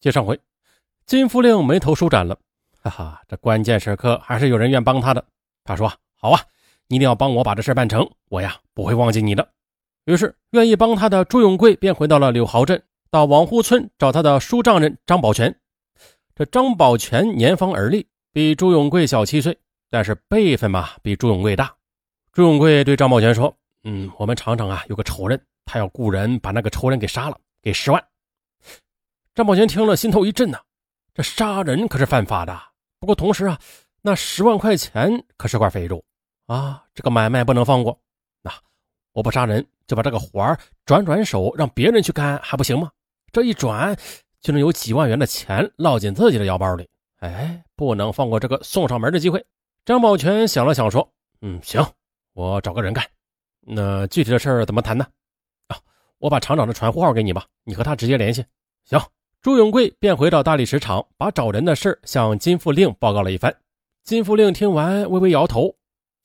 接上回，金福令眉头舒展了，哈哈，这关键时刻还是有人愿帮他的。他说：“好啊，你一定要帮我把这事办成，我呀不会忘记你的。”于是，愿意帮他的朱永贵便回到了柳豪镇，到王湖村找他的书丈人张宝全。这张宝全年方而立，比朱永贵小7岁，但是辈分嘛比朱永贵大。朱永贵对张宝全说：“我们厂长啊有个仇人，他要雇人把那个仇人给杀了，给10万。”张宝全听了心头一震呐，这杀人可是犯法的，不过同时啊，那10万块钱可是块肥肉啊，这个买卖不能放过。我不杀人，就把这个活儿转手让别人去干还不行吗？这一转就能有几万元的钱落进自己的腰包里，不能放过这个送上门的机会。张宝全想了想说：“行，我找个人干。那具体的事儿怎么谈呢？我把厂长的传呼号给你吧，你和他直接联系。”行。朱永贵便回到大理石厂，把找人的事向金富令报告了一番。金富令听完微微摇头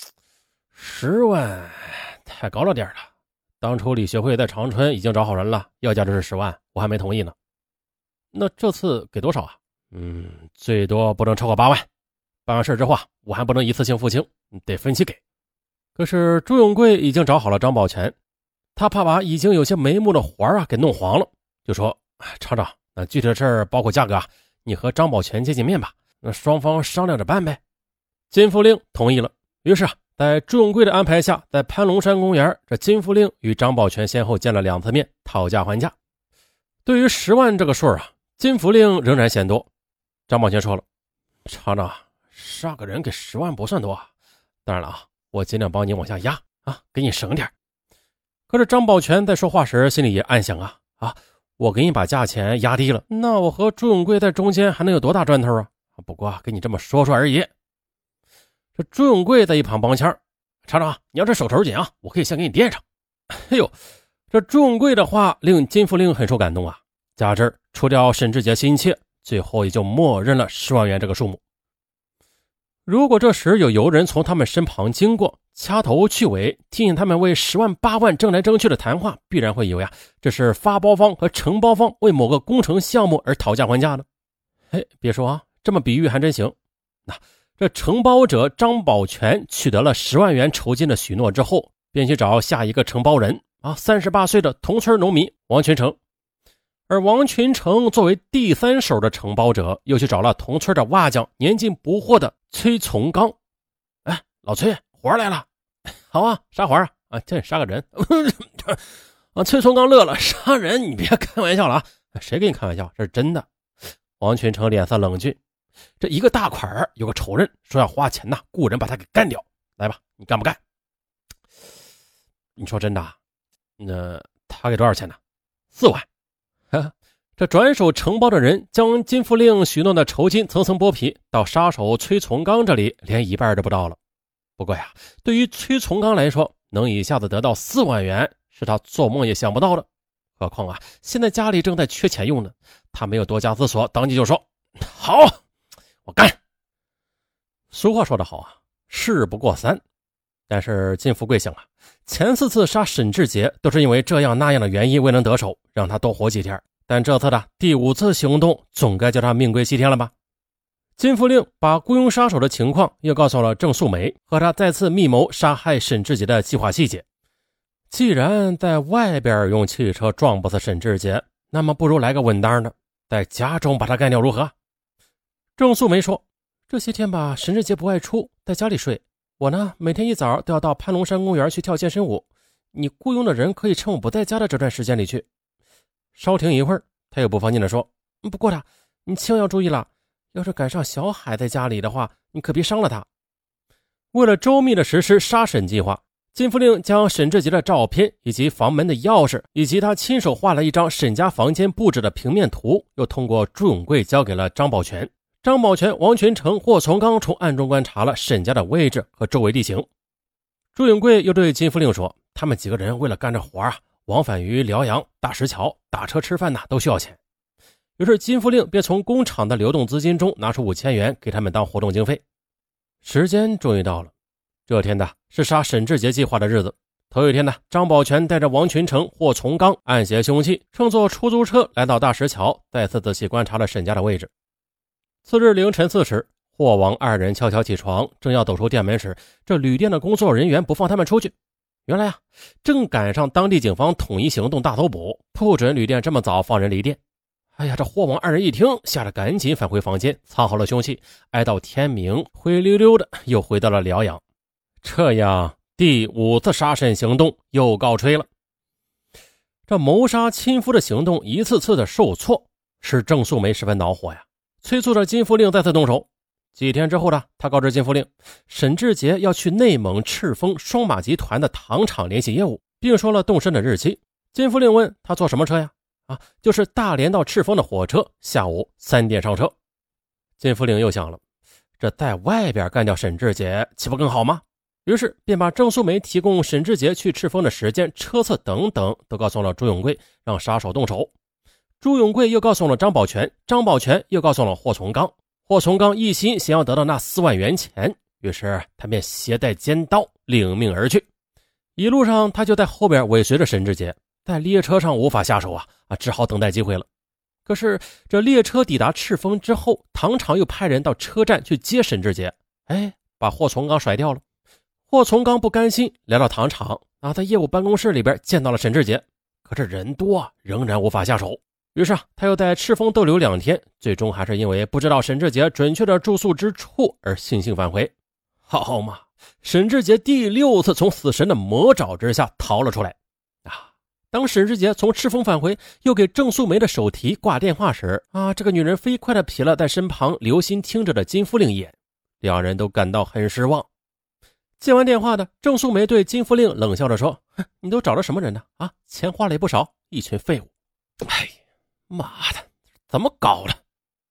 ：“10万太高了点了，当初李学会在长春已经找好人了，要价就是10万，我还没同意呢。那这次给多少啊？最多不能超过8万。办完事之后我还不能一次性付清，得分期给。”可是朱永贵已经找好了张宝全，他怕把已经有些眉目的活儿给弄黄了，就说：“厂长，那具体的事儿包括价格你和张宝全见面吧，那双方商量着办呗。”金富令同意了。于是在朱永贵的安排下，在潘龙山公园，这金富令与张宝全先后见了2次面，讨价还价。对于10万这个数金福令仍然嫌多。张宝全说了：“厂长，杀个人给10万不算多，当然了我尽量帮你往下压给你省点。”可是张宝全在说话时心里也暗想我给你把价钱压低了，那我和朱永贵在中间还能有多大赚头不过跟你这么说说而已。这朱永贵在一旁帮腔：“厂长，你要是手头紧我可以先给你垫上。”这朱永贵的话令金富令很受感动加之除掉沈志杰心切，最后也就默认了10万元这个数目。如果这时有游人从他们身旁经过，掐头去尾提醒他们为10万8万争来争去的谈话，必然会以为这是发包方和承包方为某个工程项目而讨价还价的。别说这么比喻还真行。这承包者张宝全取得了10万元酬金的许诺之后，便去找下一个承包人38岁的同村农民王群成。而王群成作为第3手的承包者，又去找了同村的瓦匠年近不惑的崔从刚。老崔，活来了。好啥活这杀个人。崔从刚乐了：“杀人你别开玩笑了谁跟你开玩笑，这是真的。”王群成脸色冷峻：“这一个大款有个仇人说要花钱雇人把他给干掉，来吧，你干不干？”你说真的那他给多少钱呢？4万。这转手承包的人将金富令许诺的酬金层层剥皮，到杀手崔从刚这里连一半都不到了。不过对于崔从刚来说，能一下子得到4万元是他做梦也想不到的。何况现在家里正在缺钱用呢，他没有多加思索，当即就说：“好，我干。”俗话说得好事不过3。但是金富贵想前4次杀沈志杰都是因为这样那样的原因未能得手，让他多活几天，但这次的第5次行动总该叫他命归西天了吧。金富令把雇佣杀手的情况又告诉了郑素梅，和他再次密谋杀害沈志杰的计划细节。既然在外边用汽车撞不死沈志杰，那么不如来个稳当的，在家中把他干掉如何？郑素梅说：“这些天吧，沈志杰不爱出，在家里睡。我呢，每天一早都要到潘龙山公园去跳健身舞。你雇佣的人可以趁我不在家的这段时间里去。”稍停一会儿，他又不放心地说：“不过你千万要注意了，要是赶上小海在家里的话，你可别伤了他。”为了周密的实施杀沈计划，金富令将沈志杰的照片以及房门的钥匙，以及他亲手画了一张沈家房间布置的平面图，又通过朱永贵交给了张宝全。张宝全、王群成、霍从刚从暗中观察了沈家的位置和周围地形。朱永贵又对金富令说，他们几个人为了干这活往返于辽阳、大石桥，打车吃饭都需要钱。于是金富令便从工厂的流动资金中拿出5000元给他们当活动经费。时间终于到了，这天是杀沈志杰计划的日子。 头一天呢，张宝全带着王群成、霍从刚暗携凶器，乘坐出租车来到大石桥，再次仔细观察了沈家的位置。次日凌晨4时，霍王二人悄悄起床，正要走出店门时，这旅店的工作人员不放他们出去。原来啊，正赶上当地警方统一行动大搜捕，不准旅店这么早放人离店。哎呀，这霍王二人一听，吓得赶紧返回房间，藏好了凶器，挨到天明，灰溜溜的又回到了辽阳。这样第5次杀身行动又告吹了。这谋杀亲夫的行动一次次的受挫，使郑素梅十分恼火呀，催促着金福令再次动手。几天之后呢，他告知金福令，沈志杰要去内蒙赤峰双马集团的糖厂联系业务，并说了动身的日期。金福令问他坐什么车呀？就是大连到赤峰的火车，下午3点上车。金福令又想了，这在外边干掉沈志杰岂不更好吗？于是便把郑素梅提供沈志杰去赤峰的时间、车次等等都告诉了朱永贵，让杀手动手。朱永贵又告诉了张宝全，张宝全又告诉了霍从刚。霍从刚一心想要得到那4万元钱，于是他便携带尖刀领命而去。一路上他就在后边尾随着沈志杰，在列车上无法下手只好等待机会了。可是这列车抵达赤峰之后，糖厂又派人到车站去接沈志杰，把霍从刚甩掉了。霍从刚不甘心，来到糖厂在业务办公室里边见到了沈志杰，可是人多仍然无法下手。于是他又在赤峰逗留2天，最终还是因为不知道沈志杰准确的住宿之处而悻悻返回。好嘛，沈志杰第6次从死神的魔爪之下逃了出来。当沈志杰从赤峰返回，又给郑素梅的手提挂电话时这个女人飞快地瞥了在身旁留心听着的金福令一眼，两人都感到很失望。接完电话的郑素梅对金福令冷笑着说，你都找了什么人呢？钱花了也不少，一群废物。妈的，怎么搞的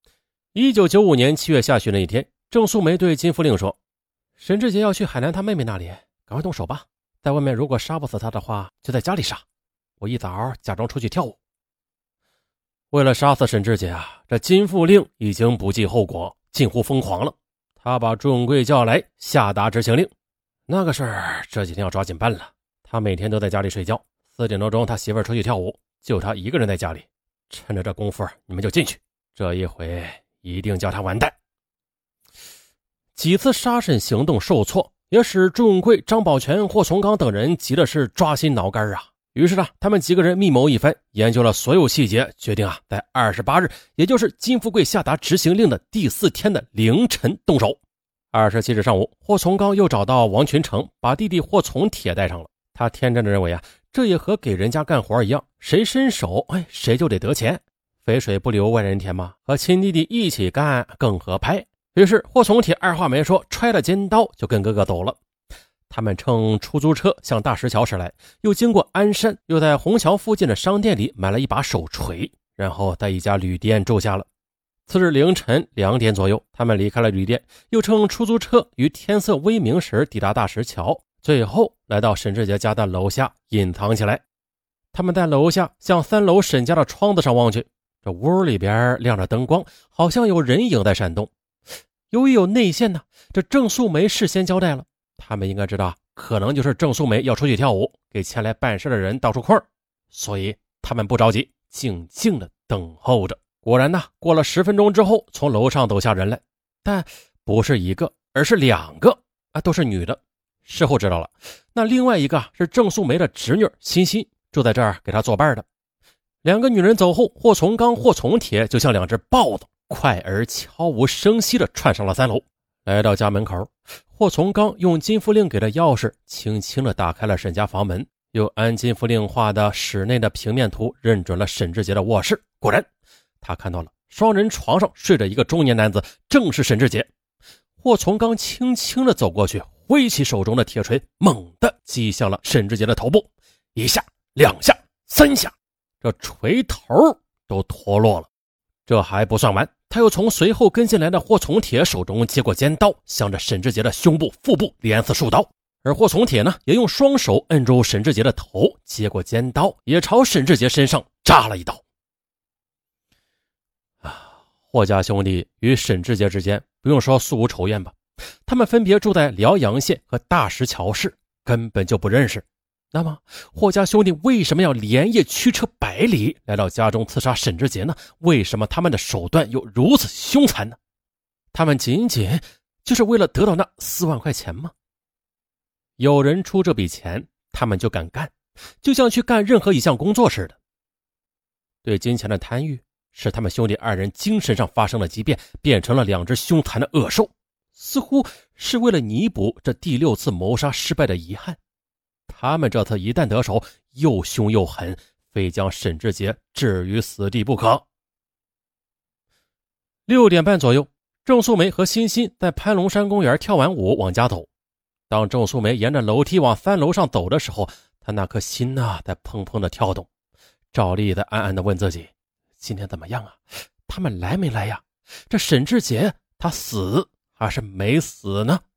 ？1995年7月下旬的一天，郑素梅对金福令说，沈志杰要去海南他妹妹那里，赶快动手吧，在外面如果杀不死他的话，就在家里杀，我一早假装出去跳舞。为了杀死沈志杰这金福令已经不计后果，近乎疯狂了。他把朱永贵叫来，下达执行令。那个事儿这几天要抓紧办了。他每天都在家里睡觉，4点多钟他媳妇儿出去跳舞，就他一个人在家里。趁着这功夫你们就进去，这一回一定叫他完蛋。几次杀身行动受挫，也使朱永贵、张宝全、霍从刚等人急的是抓心挠肝于是他们几个人密谋一番，研究了所有细节，决定在28日，也就是金富贵下达执行令的第4天的凌晨动手。27日上午，霍从刚又找到王群成，把弟弟霍从铁带上了。他天真的认为这也和给人家干活一样，谁伸手谁就得得钱，肥水不流外人田嘛，和亲弟弟一起干更合拍。于是霍从铁二话没说，揣了尖刀就跟哥哥走了。他们乘出租车向大石桥驶来，又经过鞍山，又在虹桥附近的商店里买了一把手锤，然后在一家旅店住下了。次日凌晨2点左右，他们离开了旅店，又乘出租车于天色微明时抵达大石桥，最后来到沈志杰家的楼下隐藏起来。他们在楼下向3楼沈家的窗子上望去，这屋里边亮着灯光，好像有人影在闪动。由于有内线这郑素梅事先交代了，他们应该知道可能就是郑素梅要出去跳舞，给前来办事的人倒出空，所以他们不着急，静静的等候着。果然过了10分钟之后，从楼上走下人来，但不是一个，而是2个都是女的。事后知道了，那另外一个是郑素梅的侄女欣欣，住在这儿给她作伴的。2个女人走后，霍从刚、霍从铁就像2只豹子，快而悄无声息地窜上了3楼。来到家门口，霍从刚用金福令给的钥匙轻轻地打开了沈家房门，又按金福令画的室内的平面图认准了沈志杰的卧室。果然他看到了双人床上睡着一个中年男子，正是沈志杰。霍从刚轻轻地走过去，挥起手中的铁锤，猛地击向了沈志杰的头部，1下、2下、3下，这锤头都脱落了。这还不算完，他又从随后跟进来的霍从铁手中接过尖刀，向着沈志杰的胸部、腹部连刺数刀。而霍从铁也用双手摁住沈志杰的头，接过尖刀，也朝沈志杰身上扎了一刀。霍家兄弟与沈志杰之间不用说素无仇怨吧，他们分别住在辽阳县和大石桥市，根本就不认识。 那么霍家兄弟为什么要连夜驱车100里来到家中刺杀沈志杰呢？为什么他们的手段又如此凶残呢？他们仅仅就是为了得到那4万块钱吗？有人出这笔钱，他们就敢干，就像去干任何一项工作似的。对金钱的贪欲使他们兄弟2人精神上发生了畸变，变成了2只凶残的恶兽，似乎是为了弥补这第6次谋杀失败的遗憾。他们这次一旦得手，又凶又狠，非将沈志杰置于死地不可。6点半左右，郑素梅和欣欣在潘龙山公园跳完舞往家走。当郑素梅沿着楼梯往3楼上走的时候，她那颗心在砰砰的跳动。赵丽在暗暗地问自己，今天怎么样啊？他们来没来呀？这沈志杰他死还是没死呢？